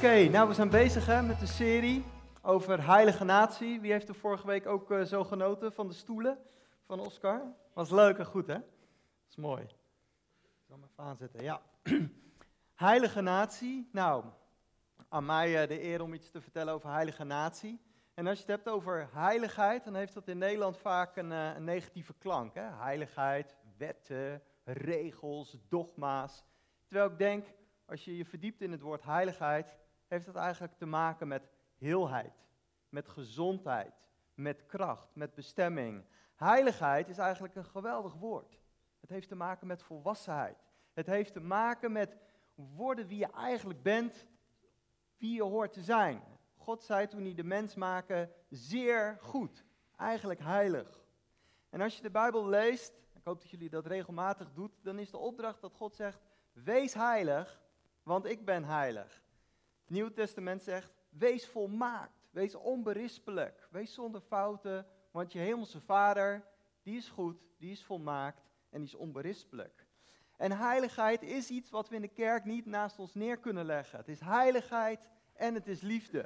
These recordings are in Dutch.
Oké, nou we zijn bezig met de serie over heilige natie. Wie heeft er vorige week ook zo genoten van de stoelen van Oscar? Was leuk en goed, hè? Dat is mooi. Ik zal hem even aanzetten, ja. Heilige natie. Nou, aan mij de eer om iets te vertellen over heilige natie. En als je het hebt over heiligheid, dan heeft dat in Nederland vaak een negatieve klank. Hè? Heiligheid, wetten, regels, dogma's. Terwijl ik denk, als je je verdiept in het woord heiligheid, heeft dat eigenlijk te maken met heelheid, met gezondheid, met kracht, met bestemming. Heiligheid is eigenlijk een geweldig woord. Het heeft te maken met volwassenheid. Het heeft te maken met worden wie je eigenlijk bent, wie je hoort te zijn. God zei toen hij de mens maakte, zeer goed, eigenlijk heilig. En als je de Bijbel leest, ik hoop dat jullie dat regelmatig doet, dan is de opdracht dat God zegt, wees heilig, want ik ben heilig. Het Nieuwe Testament zegt, wees volmaakt, wees onberispelijk, wees zonder fouten, want je hemelse Vader, die is goed, die is volmaakt en die is onberispelijk. En heiligheid is iets wat we in de kerk niet naast ons neer kunnen leggen. Het is heiligheid en het is liefde.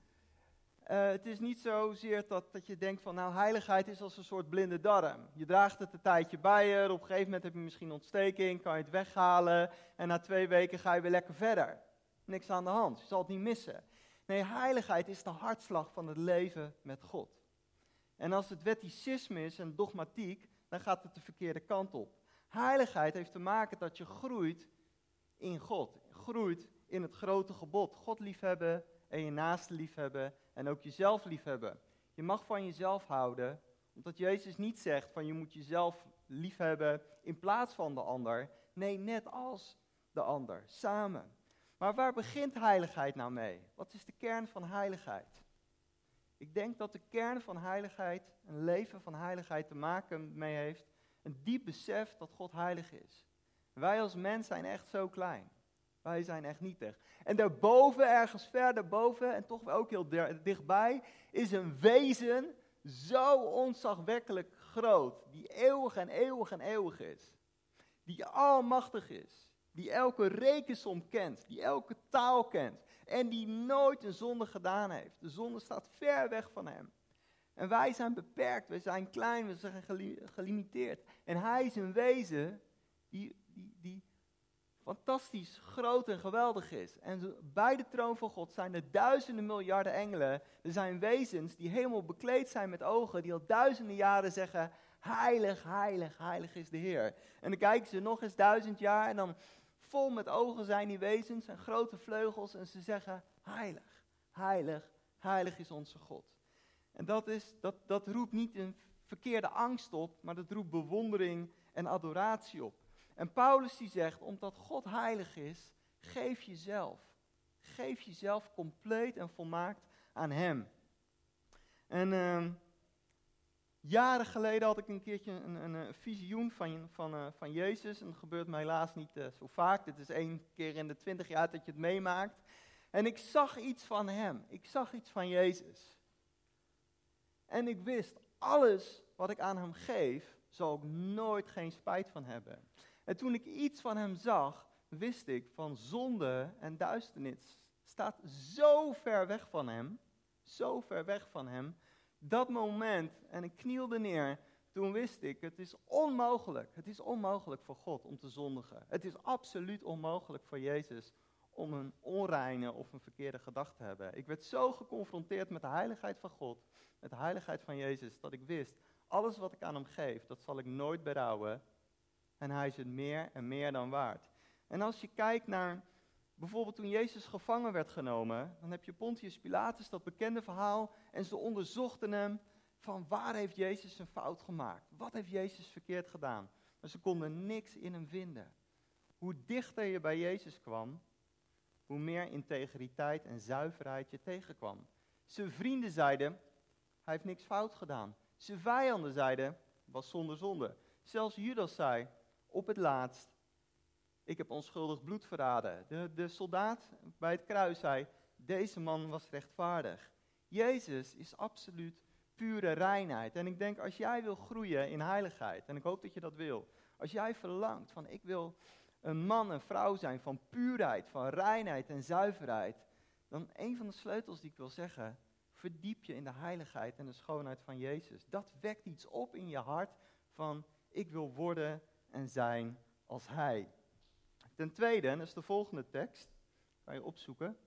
Het is niet zozeer dat je denkt van, nou, heiligheid is als een soort blinde darm. Je draagt het een tijdje bij je, op een gegeven moment heb je misschien ontsteking, kan je het weghalen en na 2 weken ga je weer lekker verder. Niks aan de hand, je zal het niet missen. Nee, heiligheid is de hartslag van het leven met God. En als het wetticisme is en dogmatiek, dan gaat het de verkeerde kant op. Heiligheid heeft te maken dat je groeit in God, groeit in het grote gebod. God liefhebben en je naaste liefhebben en ook jezelf liefhebben. Je mag van jezelf houden, omdat Jezus niet zegt van je moet jezelf liefhebben in plaats van de ander. Nee, net als de ander, samen. Maar waar begint heiligheid nou mee? Wat is de kern van heiligheid? Ik denk dat de kern van heiligheid, een leven van heiligheid te maken mee heeft, een diep besef dat God heilig is. Wij als mens zijn echt zo klein. Wij zijn echt nietig. En daarboven, ergens verder boven, en toch ook heel dichtbij, is een wezen zo ontzagwekkelijk groot, die eeuwig en eeuwig en eeuwig is. Die almachtig is, die elke rekensom kent, die elke taal kent, en die nooit een zonde gedaan heeft. De zonde staat ver weg van hem. En wij zijn beperkt, wij zijn klein, we zijn gelimiteerd. En hij is een wezen die fantastisch groot en geweldig is. En bij de troon van God zijn er duizenden miljarden engelen. Er zijn wezens die helemaal bekleed zijn met ogen, die al duizenden jaren zeggen, heilig, heilig, heilig is de Heer. En dan kijken ze nog eens 1000 jaar en dan vol met ogen zijn die wezens en grote vleugels en ze zeggen, heilig, heilig, heilig is onze God. En dat roept niet een verkeerde angst op, maar dat roept bewondering en adoratie op. En Paulus die zegt, omdat God heilig is, geef jezelf compleet en volmaakt aan hem. En jaren geleden had ik een keertje een visioen van Jezus. En dat gebeurt mij helaas niet zo vaak. Dit is 1 keer in de 20 jaar dat je het meemaakt. En ik zag iets van hem. Ik zag iets van Jezus. En ik wist, alles wat ik aan hem geef, zal ik nooit geen spijt van hebben. En toen ik iets van hem zag, wist ik van zonde en duisternis staat zo ver weg van hem, dat moment, en ik knielde neer, toen wist ik, het is onmogelijk voor God om te zondigen. Het is absoluut onmogelijk voor Jezus om een onreine of een verkeerde gedachte te hebben. Ik werd zo geconfronteerd met de heiligheid van God, met de heiligheid van Jezus, dat ik wist, alles wat ik aan hem geef, dat zal ik nooit berouwen. En hij is het meer en meer dan waard. En als je kijkt naar, bijvoorbeeld toen Jezus gevangen werd genomen, dan heb je Pontius Pilatus, dat bekende verhaal, en ze onderzochten hem van waar heeft Jezus een fout gemaakt? Wat heeft Jezus verkeerd gedaan? Maar ze konden niks in hem vinden. Hoe dichter je bij Jezus kwam, hoe meer integriteit en zuiverheid je tegenkwam. Zijn vrienden zeiden, hij heeft niks fout gedaan. Zijn vijanden zeiden, was zonder zonde. Zelfs Judas zei, op het laatst, ik heb onschuldig bloed verraden. De soldaat bij het kruis zei, deze man was rechtvaardig. Jezus is absoluut pure reinheid. En ik denk, als jij wil groeien in heiligheid, en ik hoop dat je dat wil. Als jij verlangt van, ik wil een man en vrouw zijn van puurheid, van reinheid en zuiverheid. dan een van de sleutels die ik wil zeggen, verdiep je in de heiligheid en de schoonheid van Jezus. Dat wekt iets op in je hart van, ik wil worden en zijn als Hij. Ten tweede, en dat is de volgende tekst, kan je opzoeken,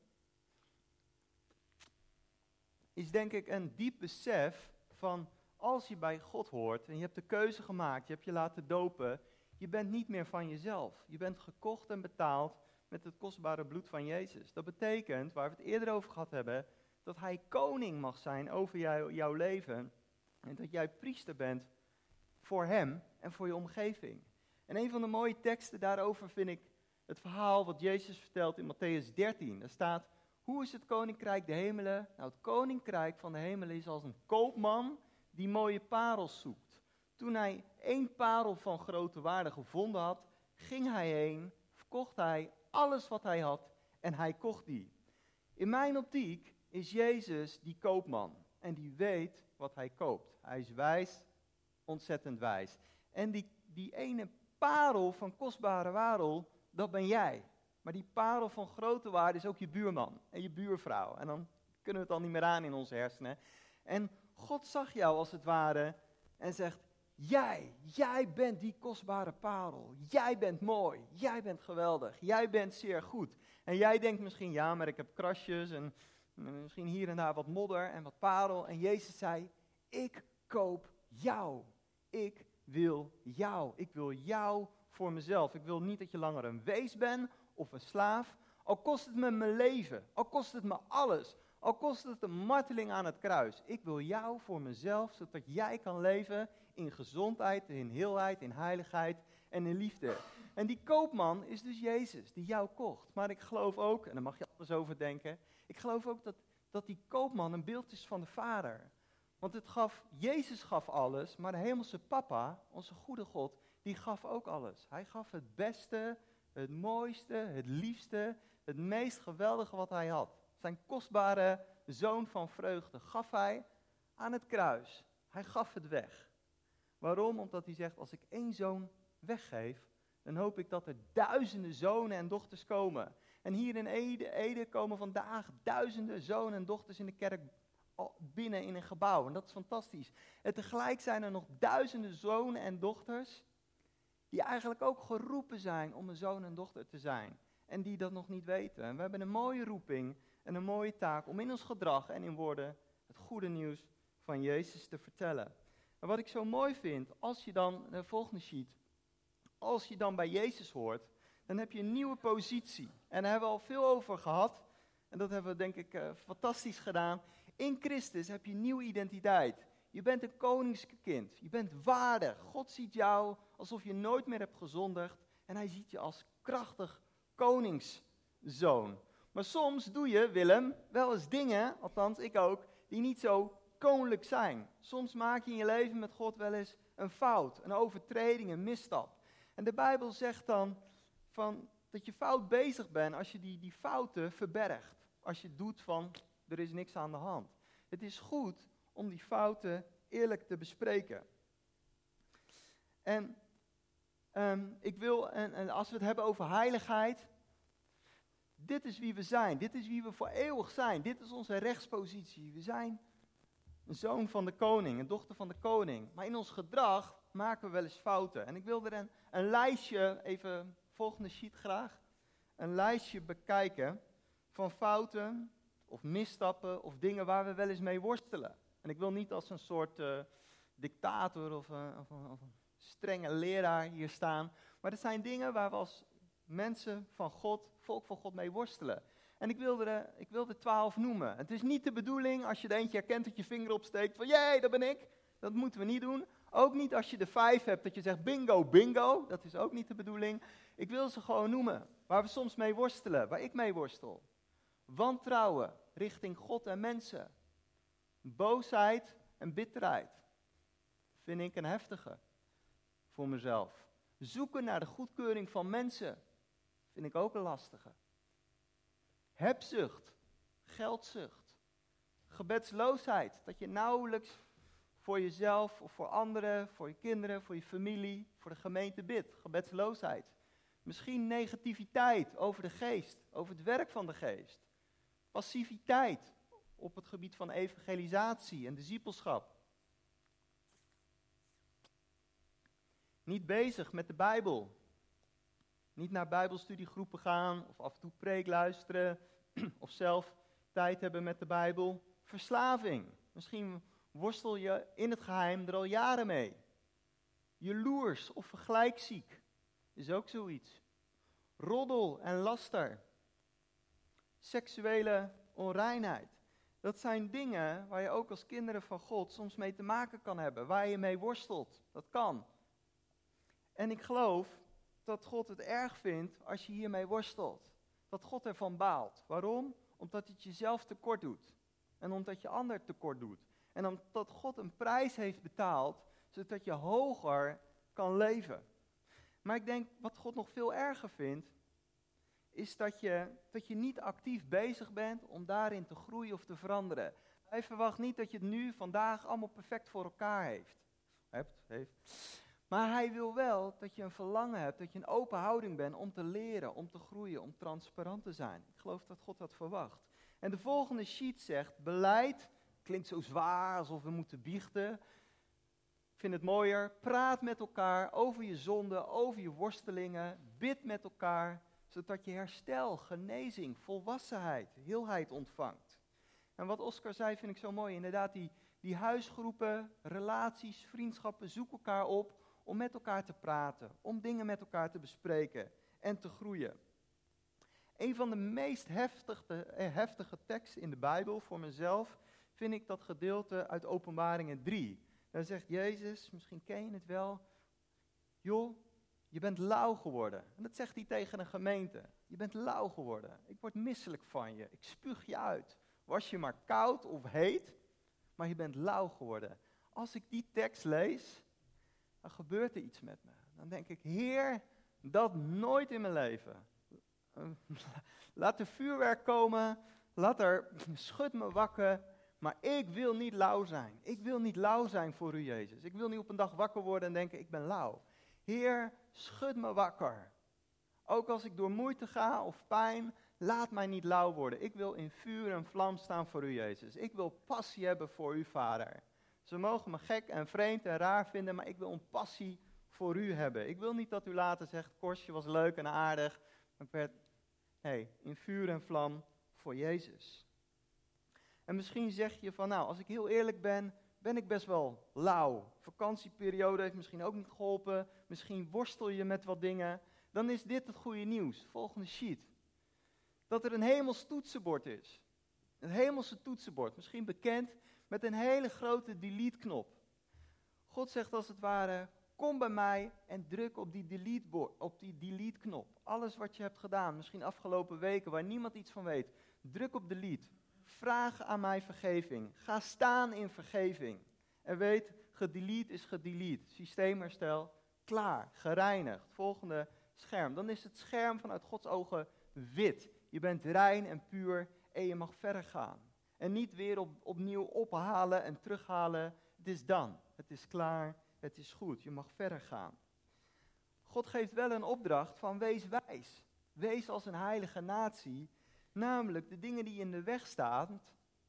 is denk ik een diep besef van, als je bij God hoort en je hebt de keuze gemaakt, je hebt je laten dopen, je bent niet meer van jezelf. Je bent gekocht en betaald met het kostbare bloed van Jezus. Dat betekent, waar we het eerder over gehad hebben, dat Hij koning mag zijn over jouw leven. En dat jij priester bent voor Hem en voor je omgeving. En een van de mooie teksten daarover vind ik het verhaal wat Jezus vertelt in Mattheüs 13. Daar staat, hoe is het koninkrijk de hemelen? Nou, het koninkrijk van de hemelen is als een koopman die mooie parels zoekt. Toen hij 1 parel van grote waarde gevonden had, ging hij heen, verkocht hij alles wat hij had en hij kocht die. In mijn optiek is Jezus die koopman en die weet wat hij koopt. Hij is wijs, ontzettend wijs. En die ene parel van kostbare waarde, dat ben jij. Maar die parel van grote waarde is ook je buurman en je buurvrouw. En dan kunnen we het al niet meer aan in onze hersenen. En God zag jou als het ware en zegt, jij bent die kostbare parel. Jij bent mooi, jij bent geweldig, jij bent zeer goed. En jij denkt misschien, ja, maar ik heb krasjes en misschien hier en daar wat modder en wat parel. En Jezus zei, ik koop jou. Ik wil jou. Ik wil jou voor mezelf. Ik wil niet dat je langer een wees bent of een slaaf. Al kost het me mijn leven, al kost het me alles. Al kost het een marteling aan het kruis. Ik wil jou voor mezelf, zodat jij kan leven in gezondheid, in heelheid, in heiligheid en in liefde. En die koopman is dus Jezus, die jou kocht. Maar ik geloof ook, en daar mag je anders over denken, ik geloof ook dat die koopman een beeld is van de Vader. Want Jezus gaf alles, maar de hemelse papa, onze goede God, die gaf ook alles. Hij gaf het beste, het mooiste, het liefste, het meest geweldige wat hij had. Zijn kostbare zoon van vreugde gaf hij aan het kruis. Hij gaf het weg. Waarom? Omdat hij zegt, als ik 1 zoon weggeef, dan hoop ik dat er duizenden zonen en dochters komen. En hier in Ede komen vandaag duizenden zonen en dochters in de kerk binnen in een gebouw. En dat is fantastisch. En tegelijk zijn er nog duizenden zonen en dochters die eigenlijk ook geroepen zijn om een zoon en dochter te zijn. En die dat nog niet weten. En we hebben een mooie roeping en een mooie taak om in ons gedrag en in woorden het goede nieuws van Jezus te vertellen. En wat ik zo mooi vind, als je dan, de volgende sheet, als je dan bij Jezus hoort, dan heb je een nieuwe positie. En daar hebben we al veel over gehad. En dat hebben we denk ik fantastisch gedaan. In Christus heb je een nieuwe identiteit. Je bent een koningskind. Je bent waardig. God ziet jou alsof je nooit meer hebt gezondigd. En hij ziet je als krachtig koningszoon. Maar soms doe je, Willem, wel eens dingen, althans ik ook, die niet zo koninklijk zijn. Soms maak je in je leven met God wel eens een fout, een overtreding, een misstap. En de Bijbel zegt dan dat je fout bezig bent als je die fouten verbergt. Als je doet van, er is niks aan de hand. Het is goed om die fouten eerlijk te bespreken. En als we het hebben over heiligheid, dit is wie we zijn. Dit is wie we voor eeuwig zijn. Dit is onze rechtspositie. We zijn een zoon van de koning, een dochter van de koning. Maar in ons gedrag maken we wel eens fouten. En ik wil er een lijstje, even volgende sheet graag, een lijstje bekijken van fouten of misstappen of dingen waar we wel eens mee worstelen. En ik wil niet als een soort dictator of een strenge leraar hier staan. Maar het zijn dingen waar we als mensen van God, volk van God mee worstelen. En ik wil er 12 noemen. Het is niet de bedoeling als je er eentje herkent dat je vinger opsteekt van jee, dat ben ik. Dat moeten we niet doen. Ook niet als je de 5 hebt dat je zegt bingo, bingo. Dat is ook niet de bedoeling. Ik wil ze gewoon noemen. Waar we soms mee worstelen, waar ik mee worstel. Wantrouwen richting God en mensen. Boosheid en bitterheid. Vind ik een heftige voor mezelf. Zoeken naar de goedkeuring van mensen. Vind ik ook een lastige. Hebzucht, geldzucht, gebedsloosheid. Dat je nauwelijks voor jezelf of voor anderen, voor je kinderen, voor je familie, voor de gemeente bidt. Gebedsloosheid. Misschien negativiteit over de geest, over het werk van de geest. Passiviteit op het gebied van evangelisatie en discipelschap. Niet bezig met de Bijbel. Niet naar bijbelstudiegroepen gaan of af en toe preek luisteren of zelf tijd hebben met de Bijbel. Verslaving. Misschien worstel je in het geheim er al jaren mee. Jaloers of vergelijkziek is ook zoiets. Roddel en laster. Seksuele onreinheid. Dat zijn dingen waar je ook als kinderen van God soms mee te maken kan hebben. Waar je mee worstelt. Dat kan. En ik geloof dat God het erg vindt als je hiermee worstelt. Dat God ervan baalt. Waarom? Omdat het jezelf tekort doet. En omdat je ander tekort doet. En omdat God een prijs heeft betaald, zodat je hoger kan leven. Maar ik denk, wat God nog veel erger vindt, is dat je niet actief bezig bent om daarin te groeien of te veranderen. Hij verwacht niet dat je het nu, vandaag, allemaal perfect voor elkaar heeft. Maar hij wil wel dat je een verlangen hebt, dat je een open houding bent om te leren, om te groeien, om transparant te zijn. Ik geloof dat God dat verwacht. En de volgende sheet zegt, beleid, klinkt zo zwaar alsof we moeten biechten. Ik vind het mooier, praat met elkaar over je zonden, over je worstelingen, bid met elkaar, zodat je herstel, genezing, volwassenheid, heelheid ontvangt. En wat Oscar zei vind ik zo mooi, inderdaad die huisgroepen, relaties, vriendschappen, zoek elkaar op om met elkaar te praten, om dingen met elkaar te bespreken en te groeien. Een van de meest heftige teksten in de Bijbel voor mezelf vind ik dat gedeelte uit Openbaringen 3. Daar zegt Jezus, misschien ken je het wel, joh, je bent lauw geworden. En dat zegt hij tegen een gemeente. Je bent lauw geworden. Ik word misselijk van je. Ik spuug je uit. Was je maar koud of heet, maar je bent lauw geworden. Als ik die tekst lees, dan gebeurt er iets met me. Dan denk ik, Heer, dat nooit in mijn leven. Laat er vuurwerk komen, schud me wakker, maar ik wil niet lauw zijn. Ik wil niet lauw zijn voor u, Jezus. Ik wil niet op een dag wakker worden en denken, ik ben lauw. Heer, schud me wakker. Ook als ik door moeite ga of pijn, laat mij niet lauw worden. Ik wil in vuur en vlam staan voor u, Jezus. Ik wil passie hebben voor u, Vader. Ze mogen me gek en vreemd en raar vinden, maar ik wil een passie voor u hebben. Ik wil niet dat u later zegt, Korsje was leuk en aardig, maar ik werd, in vuur en vlam voor Jezus. En misschien zeg je van, nou, als ik heel eerlijk ben, ben ik best wel lauw. Vakantieperiode heeft misschien ook niet geholpen. Misschien worstel je met wat dingen. Dan is dit het goede nieuws. Volgende sheet. Dat er een hemels toetsenbord is. Een hemelse toetsenbord. Misschien bekend met een hele grote delete-knop. God zegt als het ware, kom bij mij en druk op die delete-knop. Alles wat je hebt gedaan, misschien afgelopen weken, waar niemand iets van weet. Druk op delete. Vraag aan mij vergeving. Ga staan in vergeving. En weet, gedelete is gedelete. Systeemherstel, klaar, gereinigd. Volgende scherm. Dan is het scherm vanuit Gods ogen wit. Je bent rein en puur en je mag verder gaan. En niet weer opnieuw ophalen en terughalen. Het is dan. Het is klaar. Het is goed. Je mag verder gaan. God geeft wel een opdracht van wees wijs. Wees als een heilige natie. Namelijk de dingen die in de weg staan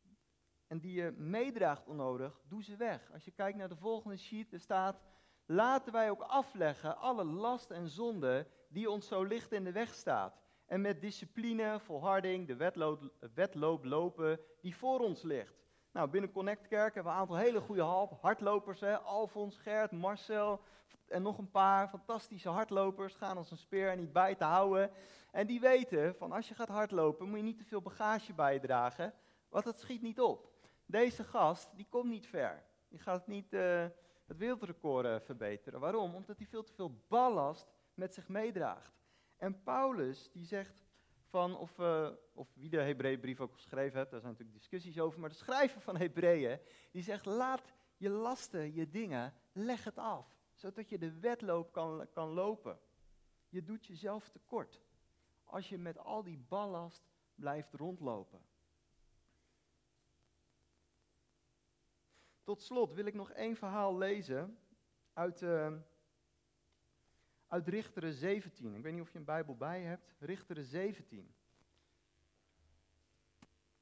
en die je meedraagt onnodig, doe ze weg. Als je kijkt naar de volgende sheet, er staat, laten wij ook afleggen alle last en zonde die ons zo licht in de weg staat. En met discipline, volharding, de wedloop lopen die voor ons ligt. Nou, binnen Connect Kerk hebben we een aantal hele goede hardlopers. Alfons, Gert, Marcel en nog een paar fantastische hardlopers. Gaan als een speer en niet bij te houden. En die weten van als je gaat hardlopen moet je niet te veel bagage bij je dragen. Want dat schiet niet op. Deze gast die komt niet ver. Die gaat niet het wereldrecord verbeteren. Waarom? Omdat hij veel te veel ballast met zich meedraagt. En Paulus die zegt van, of wie de Hebreeënbrief ook geschreven heeft, daar zijn natuurlijk discussies over, maar de schrijver van Hebreeën, die zegt, laat je lasten, je dingen, leg het af, zodat je de wedloop kan lopen. Je doet jezelf tekort, als je met al die ballast blijft rondlopen. Tot slot wil ik nog één verhaal lezen uit Richteren 17. Ik weet niet of je een Bijbel bij hebt. Richteren 17.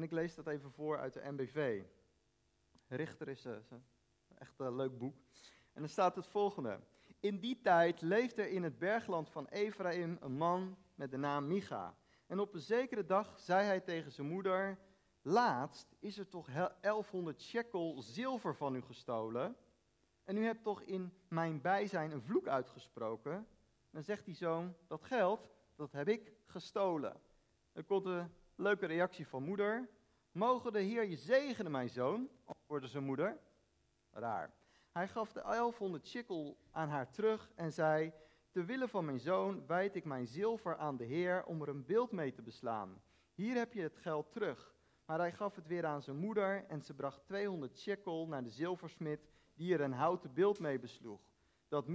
En ik lees dat even voor uit de NBV. Richter is echt een leuk boek. En er staat het volgende. In die tijd leefde er in het bergland van Ephraim een man met de naam Micha. En op een zekere dag zei hij tegen zijn moeder: laatst is er toch 1100 shekel zilver van u gestolen. En u hebt toch in mijn bijzijn een vloek uitgesproken. Dan zegt die zoon: dat geld, dat heb ik gestolen. Er komt een leuke reactie van moeder. Mogen de Heer je zegenen, mijn zoon, antwoordde zijn moeder. Raar. Hij gaf de 1100 shekel aan haar terug en zei: ter wille van mijn zoon wijd ik mijn zilver aan de Heer om er een beeld mee te beslaan. Hier heb je het geld terug. Maar hij gaf het weer aan zijn moeder en ze bracht 200 shekel naar de zilversmid die er een houten beeld mee besloeg, dat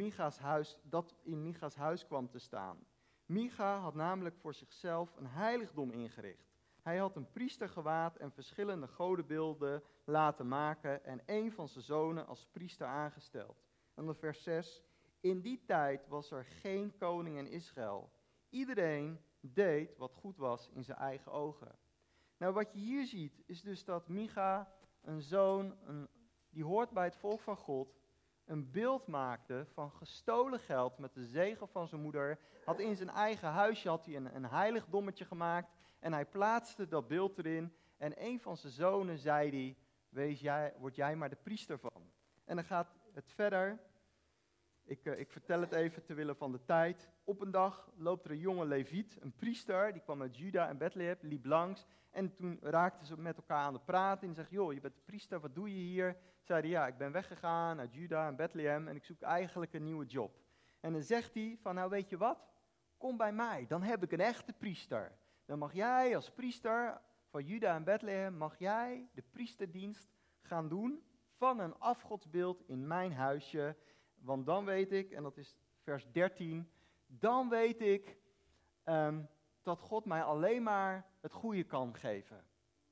in Micha's huis kwam te staan. Micha had namelijk voor zichzelf een heiligdom ingericht. Hij had een priestergewaad en verschillende godenbeelden laten maken en een van zijn zonen als priester aangesteld. En dan vers 6. In die tijd was er geen koning in Israël. Iedereen deed wat goed was in zijn eigen ogen. Nou, wat je hier ziet is dus dat Micha, een zoon, die hoort bij het volk van God, een beeld maakte van gestolen geld met de zegen van zijn moeder. Had in zijn eigen huisje een heiligdommetje gemaakt en hij plaatste dat beeld erin. En een van zijn zonen zei word jij maar de priester van. En dan gaat het verder. Ik vertel het even ter wille van de tijd. Op een dag loopt er een jonge leviet, een priester, die kwam uit Juda en Bethlehem, liep langs. En toen raakten ze met elkaar aan de praten en die zegt: joh, je bent de priester, wat doe je hier? Zei hij: ja, ik ben weggegaan uit Juda en Bethlehem en ik zoek eigenlijk een nieuwe job. En dan zegt hij van: nou weet je wat, kom bij mij, dan heb ik een echte priester. Dan mag jij als priester van Juda en Bethlehem, mag jij de priesterdienst gaan doen van een afgodsbeeld in mijn huisje. Want dan weet ik, en dat is vers 13, dan weet ik dat God mij alleen maar het goede kan geven.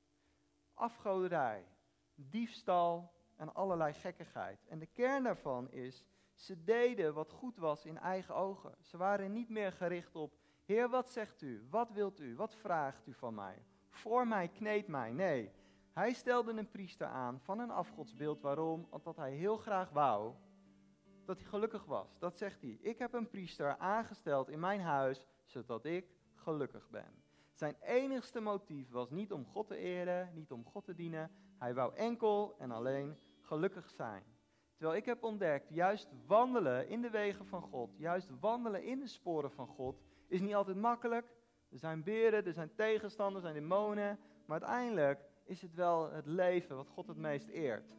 Afgoderij, diefstal en allerlei gekkigheid. En de kern daarvan is, ze deden wat goed was in eigen ogen. Ze waren niet meer gericht op: Heer, wat zegt u? Wat wilt u? Wat vraagt u van mij? Voor mij, kneed mij. Nee, hij stelde een priester aan van een afgodsbeeld. Waarom? Omdat hij heel graag wou dat hij gelukkig was. Dat zegt hij. Ik heb een priester aangesteld in mijn huis, zodat ik gelukkig ben. Zijn enigste motief was niet om God te eren, niet om God te dienen. Hij wou enkel en alleen gelukkig zijn. Terwijl ik heb ontdekt, juist wandelen in de wegen van God, juist wandelen in de sporen van God, is niet altijd makkelijk. Er zijn beren, er zijn tegenstanders, er zijn demonen. Maar uiteindelijk is het wel het leven wat God het meest eert.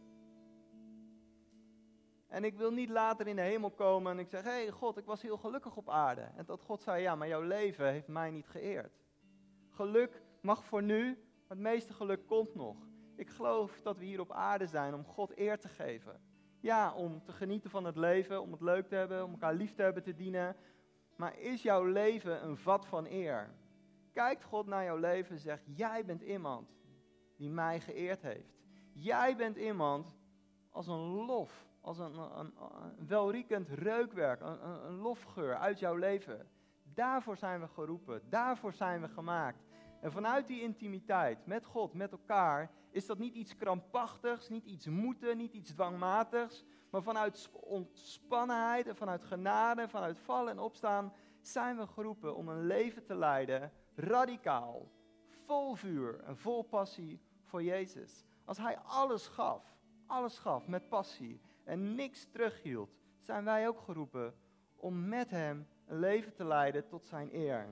En ik wil niet later in de hemel komen en ik zeg: hey God, ik was heel gelukkig op aarde. En dat God zei: ja, maar jouw leven heeft mij niet geëerd. Geluk mag voor nu, maar het meeste geluk komt nog. Ik geloof dat we hier op aarde zijn om God eer te geven. Ja, om te genieten van het leven, om het leuk te hebben, om elkaar lief te hebben, te dienen. Maar is jouw leven een vat van eer? Kijkt God naar jouw leven en zegt: jij bent iemand die mij geëerd heeft. Jij bent iemand als een lof. Als een welriekend reukwerk, een lofgeur uit jouw leven. Daarvoor zijn we geroepen, daarvoor zijn we gemaakt. En vanuit die intimiteit met God, met elkaar, is dat niet iets krampachtigs, niet iets moeten, niet iets dwangmatigs. Maar vanuit ontspannenheid en vanuit genade en vanuit vallen en opstaan zijn we geroepen om een leven te leiden, radicaal, vol vuur en vol passie voor Jezus. Als Hij alles gaf met passie en niks terughield, zijn wij ook geroepen om met Hem een leven te leiden tot zijn eer.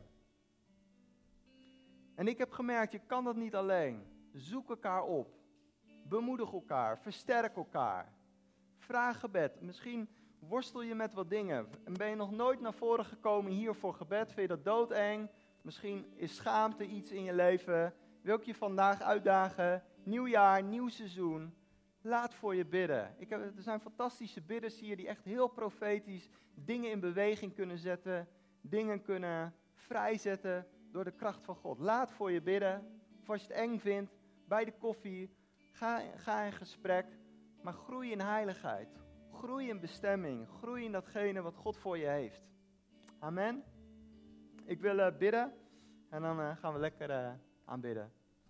En ik heb gemerkt, je kan dat niet alleen. Zoek elkaar op. Bemoedig elkaar. Versterk elkaar. Vraag gebed. Misschien worstel je met wat dingen. En ben je nog nooit naar voren gekomen hier voor gebed. Vind je dat doodeng? Misschien is schaamte iets in je leven. Wil ik je vandaag uitdagen. Nieuw jaar, nieuw seizoen. Laat voor je bidden. Er zijn fantastische bidders hier die echt heel profetisch dingen in beweging kunnen zetten. Dingen kunnen vrijzetten door de kracht van God. Laat voor je bidden. Of als je het eng vindt, bij de koffie. Ga in gesprek. Maar groei in heiligheid. Groei in bestemming. Groei in datgene wat God voor je heeft. Amen. Ik wil bidden. En dan gaan we lekker aanbidden.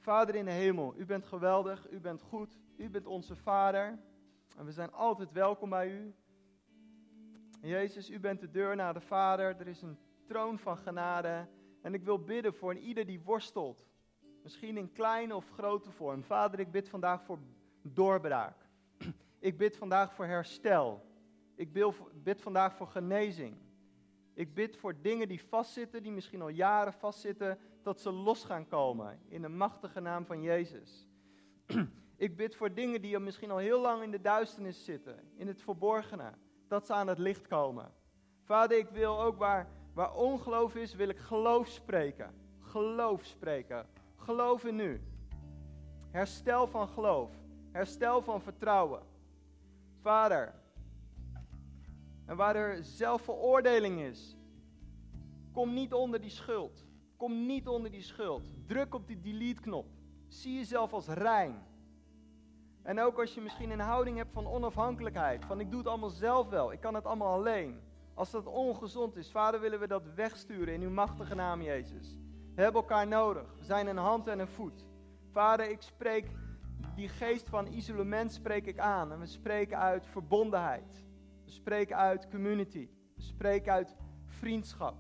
Vader in de hemel, u bent geweldig, u bent goed, u bent onze Vader. En we zijn altijd welkom bij u. Jezus, u bent de deur naar de Vader. Er is een troon van genade. En ik wil bidden voor ieder die worstelt. Misschien in kleine of grote vorm. Vader, ik bid vandaag voor doorbraak. Ik bid vandaag voor herstel. Ik bid vandaag voor genezing. Ik bid voor dingen die vastzitten, die misschien al jaren vastzitten, dat ze los gaan komen. In de machtige naam van Jezus. Ik bid voor dingen die misschien al heel lang in de duisternis zitten. In het verborgene. Dat ze aan het licht komen. Vader, ik wil ook waar ongeloof is, wil ik geloof spreken. Geloof spreken. Geloof in u. Herstel van geloof. Herstel van vertrouwen. Vader. En waar er zelfveroordeling is, kom niet onder die schuld. Kom niet onder die schuld. Druk op die delete-knop. Zie jezelf als rein. En ook als je misschien een houding hebt van onafhankelijkheid. Van ik doe het allemaal zelf wel. Ik kan het allemaal alleen. Als dat ongezond is, Vader, willen we dat wegsturen in uw machtige naam, Jezus. We hebben elkaar nodig. We zijn een hand en een voet. Vader, ik spreek die geest van isolement spreek ik aan. En we spreken uit verbondenheid. We spreken uit community. We spreken uit vriendschap.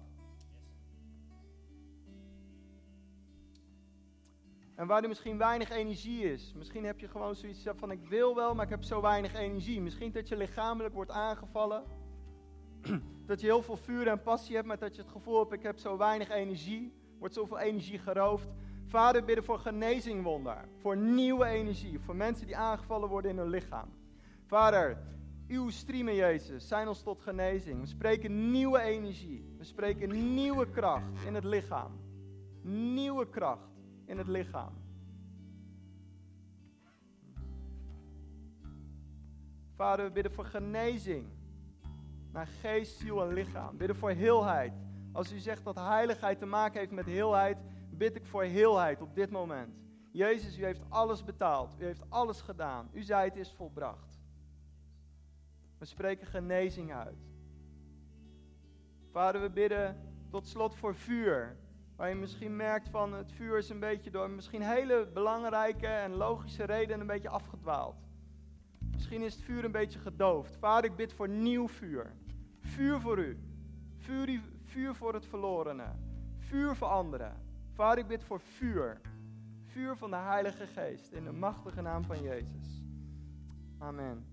En waar er misschien weinig energie is. Misschien heb je gewoon zoiets van ik wil wel, maar ik heb zo weinig energie. Misschien dat je lichamelijk wordt aangevallen. Dat je heel veel vuur en passie hebt, maar dat je het gevoel hebt ik heb zo weinig energie. Wordt zoveel energie geroofd. Vader, bidden voor genezingwonder. Voor nieuwe energie. Voor mensen die aangevallen worden in hun lichaam. Vader, uw striemen, Jezus, zijn ons tot genezing. We spreken nieuwe energie. We spreken nieuwe kracht in het lichaam. Nieuwe kracht in het lichaam. Vader, we bidden voor genezing. Naar geest, ziel en lichaam. Bidden voor heelheid. Als u zegt dat heiligheid te maken heeft met heelheid, bid ik voor heelheid op dit moment. Jezus, u heeft alles betaald. U heeft alles gedaan. U zei het is volbracht. We spreken genezing uit. Vader, we bidden tot slot voor vuur. Waar je misschien merkt van het vuur is een beetje door misschien hele belangrijke en logische redenen een beetje afgedwaald. Misschien is het vuur een beetje gedoofd. Vader, ik bid voor nieuw vuur. Vuur voor u. Vuur voor het verlorene. Vuur voor anderen. Vader, ik bid voor vuur. Vuur van de Heilige Geest in de machtige naam van Jezus. Amen.